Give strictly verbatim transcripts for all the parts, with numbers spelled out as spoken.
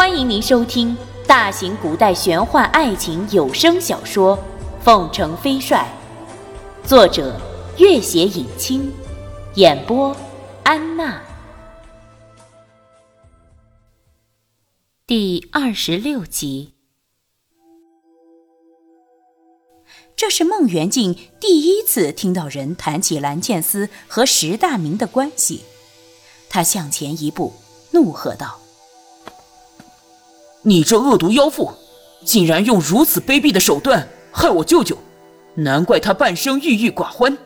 欢迎您收听大型古代玄幻爱情有声小说《凤城飞帅》，作者月写影清，演播安娜。第二十六集。这是孟元敬第一次听到人谈起蓝茜丝和石大明的关系，他向前一步，怒喝道： 你这恶毒妖妇，竟然用如此卑鄙的手段害我舅舅，难怪他半生郁郁寡欢。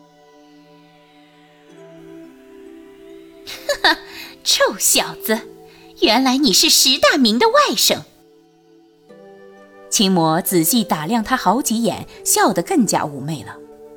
哈哈，臭小子，原来你是石大明的外甥。秦魔仔细打量他好几眼，笑得更加妩媚了。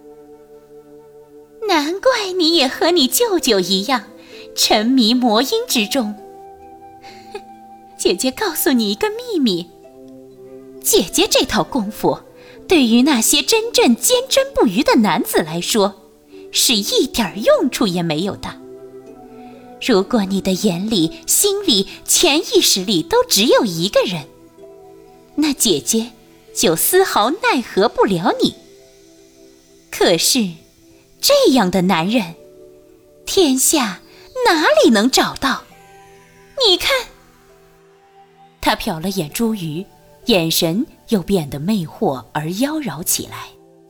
难怪你也和你舅舅一样，沉迷魔音之中。姐姐告诉你一个秘密，姐姐这套功夫，对于那些真正坚贞不渝的男子来说，是一点用处也没有的。如果你的眼里、心里、潜意识里都只有一个人，那姐姐就丝毫奈何不了你。可是，这样的男人，天下哪里能找到？你看。他瞟了眼茱萸，眼神又变得魅惑而妖娆起来。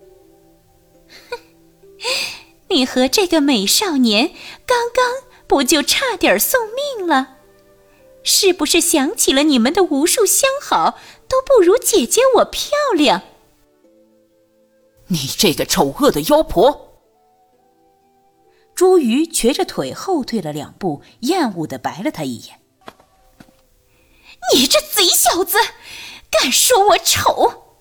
你和这个美少年刚刚不就差点送命了？是不是想起了你们的无数相好，都不如姐姐我漂亮？ 你这个丑恶的妖婆！ 茱萸瘸着腿后退了两步，厌恶地白了他一眼。你这贼小子，敢说我丑！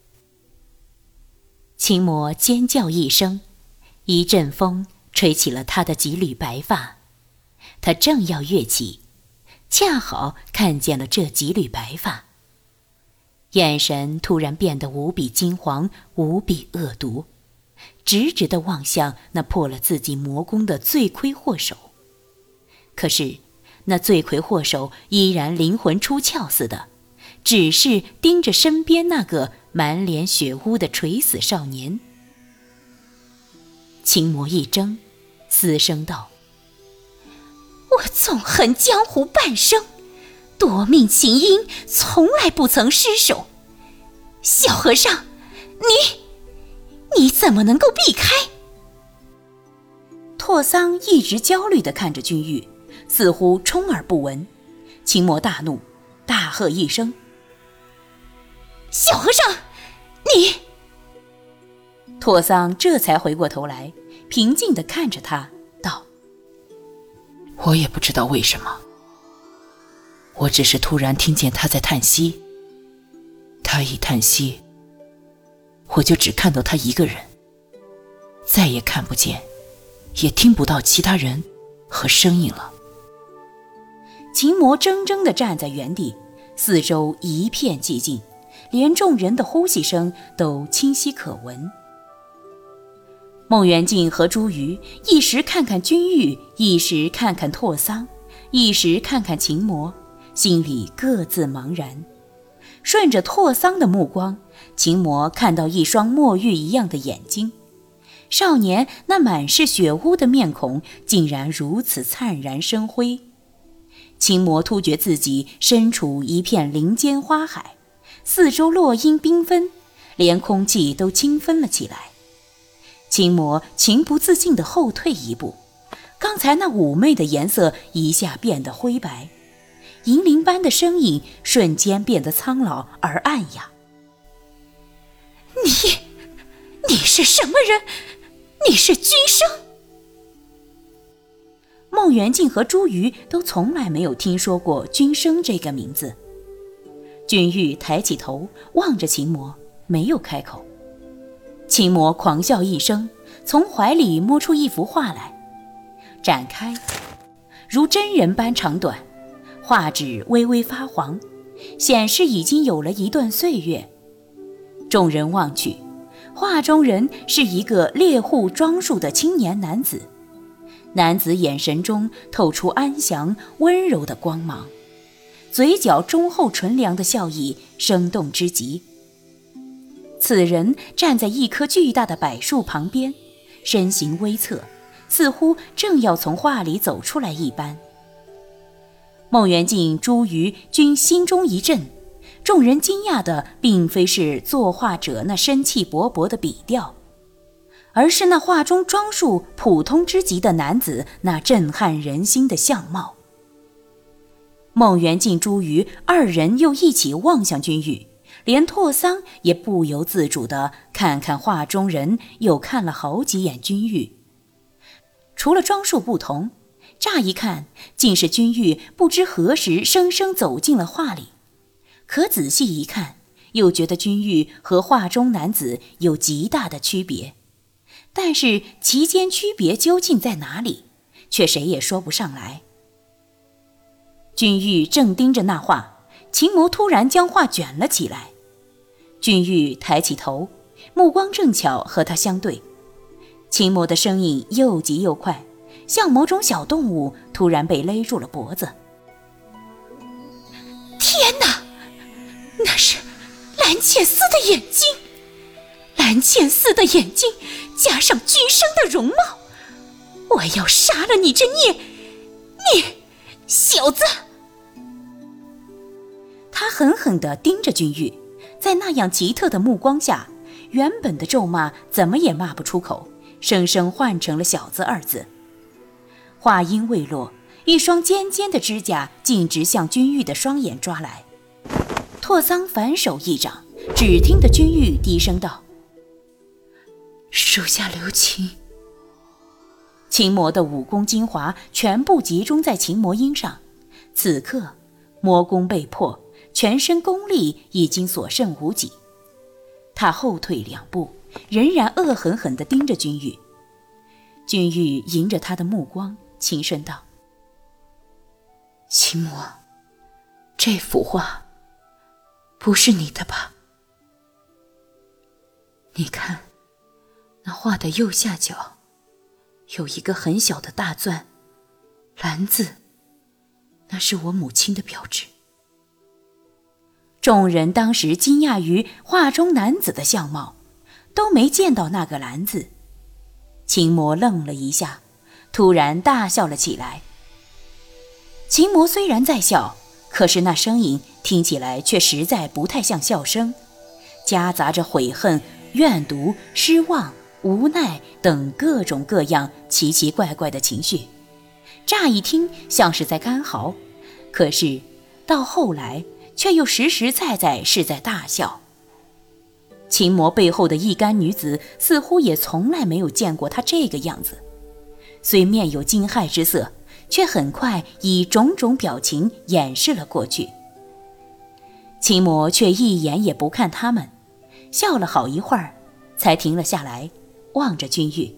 秦魔尖叫一声，一阵风吹起了他的几缕白发，他正要跃起，恰好看见了这几缕白发，眼神突然变得无比惊惶，无比恶毒，直直地望向那破了自己魔功的罪魁祸首。可是那罪魁祸首依然灵魂出窍似的，只是盯着身边那个满脸血污的垂死少年。秦魔一怔，嘶声道：我纵横江湖半生，夺命琴音从来不曾失手。小和尚，你你怎么能够避开？拓桑一直焦虑地看着君玉，似乎充耳不闻。秦魔大怒，大喝一声：小和尚，你！拓桑这才回过头来，平静地看着他，道： 我也不知道为什么，我只是突然听见他在叹息，他一叹息，我就只看到他一个人，再也看不见，也听不到其他人和声音了。 秦魔怔怔地站在原地，四周一片寂静，连众人的呼吸声都清晰可闻。孟元敬和茱萸一时看看君玉，一时看看拓桑，一时看看秦魔，心里各自茫然。顺着拓桑的目光，秦魔看到一双墨玉一样的眼睛，少年那满是血污的面孔竟然如此灿然生辉。秦魔突觉自己身处一片林间花海，四周落英缤纷，连空气都清芬了起来。秦魔情不自禁地后退一步，刚才那妩媚的颜色一下变得灰白，银铃般的身影瞬间变得苍老而暗哑。你你是什么人？你是君生？孟元敬和茱萸都从来没有听说过君生这个名字。君玉抬起头望着秦魔，没有开口。秦魔狂笑一声，从怀里摸出一幅画来，展开，如真人般长短，画纸微微发黄，显示已经有了一段岁月。众人望去，画中人是一个猎户装束的青年男子，男子眼神中透出安详温柔的光芒， 嘴角忠厚纯良的笑意生动之极。此人站在一棵巨大的柏树旁边，身形微侧，似乎正要从画里走出来一般。孟元敬、朱瑜均心中一震，众人惊讶的并非是作画者那生气勃勃的笔调，而是那画中装束普通之极的男子那震撼人心的相貌。孟元敬、朱瑜二人又一起望向君玉，连拓桑也不由自主地看看画中人，又看了好几眼君玉。除了装束不同，乍一看竟是君玉不知何时生生走进了画里，可仔细一看，又觉得君玉和画中男子有极大的区别，但是其间区别究竟在哪里，却谁也说不上来。君玉正盯着那画，秦魔突然将画卷了起来。君玉抬起头，目光正巧和他相对。秦魔的声音又急又快，像某种小动物突然被勒住了脖子。 天哪，那是蓝茜丝的眼睛，蓝茜丝的眼睛加上君生的容貌，我要杀了你这孽孽小子！ 他狠狠地盯着君玉，在那样奇特的目光下，原本的咒骂怎么也骂不出口，生生换成了小子二字。话音未落，一双尖尖的指甲径直向君玉的双眼抓来。拓桑反手一掌，只听得君玉低声道： 属下留情。 秦魔的武功精华全部集中在秦魔音上，此刻魔功被破，全身功力已经所剩无几。他后退两步，仍然恶狠狠地盯着君玉。君玉迎着他的目光，轻声道： 秦魔，这幅画不是你的吧？你看，那画的右下角有一个很小的大钻，蓝字，那是我母亲的标志。 众人当时惊讶于画中男子的相貌，都没见到那个蓝字。秦魔愣了一下，突然大笑了起来。秦魔虽然在笑，可是那声音听起来却实在不太像笑声，夹杂着悔恨、怨毒、失望、无奈等各种各样奇奇怪怪的情绪。乍一听像是在干嚎，可是到后来却又实实在在是在大笑。秦魔背后的一干女子似乎也从来没有见过他这个样子，虽面有惊骇之色，却很快以种种表情掩饰了过去。秦魔却一眼也不看他们，笑了好一会儿，才停了下来，望着君玉。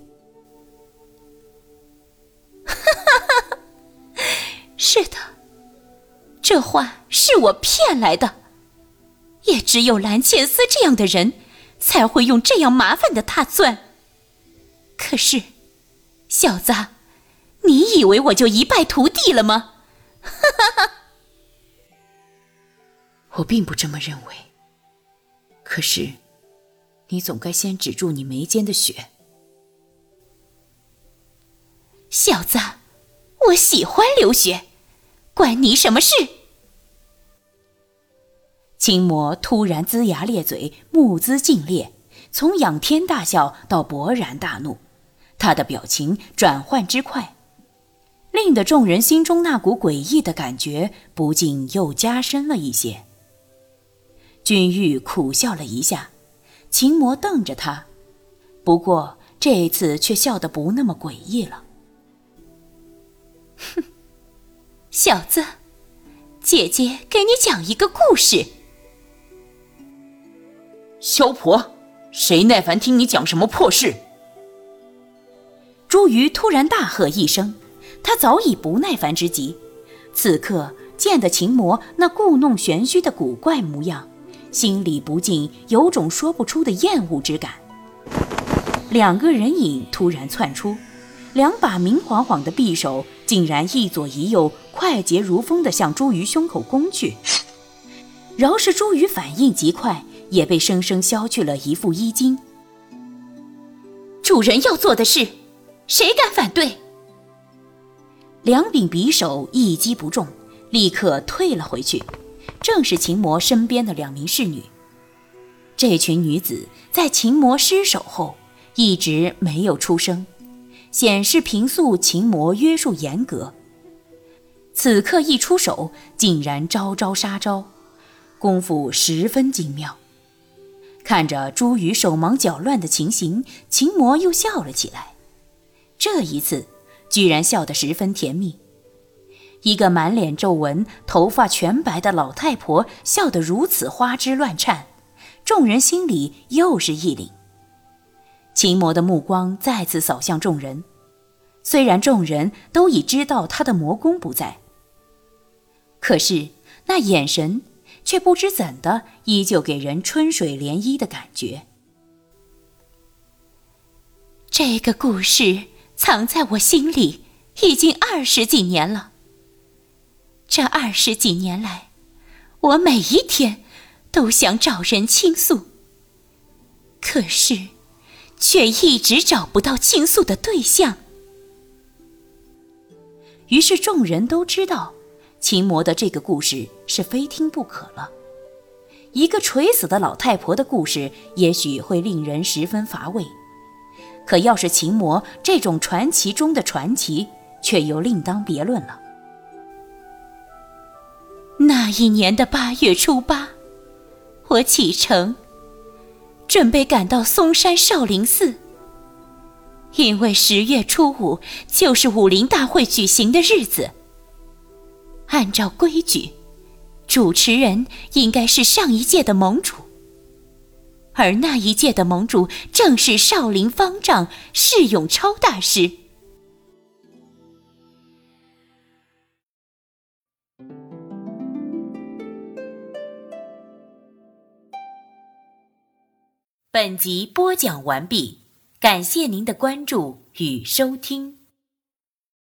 是的，这画是我骗来的，也只有蓝茜丝这样的人才会用这样麻烦的大钻。可是，小子，你以为我就一败涂地了吗？ 我并不这么认为，可是你总该先止住你眉间的血。 小子，我喜欢流血，关你什么事？ 秦魔突然龇牙咧嘴，目眦尽裂，从仰天大笑到勃然大怒，他的表情转换之快，令得众人心中那股诡异的感觉不禁又加深了一些。君玉苦笑了一下，秦魔瞪着他，不过这次却笑得不那么诡异了。 哼，小子，姐姐给你讲一个故事。 萧婆，谁耐烦听你讲什么破事？ 朱瑜突然大喝一声，他早已不耐烦之极，此刻见得秦魔那故弄玄虚的古怪模样，心里不禁有种说不出的厌恶之感。两个人影突然窜出，两把明晃晃的匕首竟然一左一右快捷如风地向朱鱼胸口攻去。饶是朱鱼反应极快，也被生生削去了一副衣襟。 主人要做的事，谁敢反对？ 两柄匕首一击不中，立刻退了回去，正是秦魔身边的两名侍女。这群女子在秦魔失手后一直没有出声，显示平素秦魔约束严格。此刻一出手，竟然招招杀招，功夫十分精妙。看着朱鱼手忙脚乱的情形，秦魔又笑了起来。这一次居然笑得十分甜蜜。一个满脸皱纹、头发全白的老太婆笑得如此花枝乱颤，众人心里又是一凛。秦魔的目光再次扫向众人，虽然众人都已知道他的魔功不在，可是那眼神却不知怎的依旧给人春水涟漪的感觉。 这个故事藏在我心里已经二十几年了。这二十几年来，我每一天都想找人倾诉，可是却一直找不到倾诉的对象。 于是众人都知道秦魔的这个故事是非听不可了。一个垂死的老太婆的故事也许会令人十分乏味，可要是秦魔这种传奇中的传奇，却又另当别论了。 那一年的八月初八，我启程准备赶到嵩山少林寺，因为十月初五就是武林大会举行的日子。按照规矩，主持人应该是上一届的盟主，而那一届的盟主正是少林方丈释永超大师。 本集播讲完毕，感谢您的关注与收听。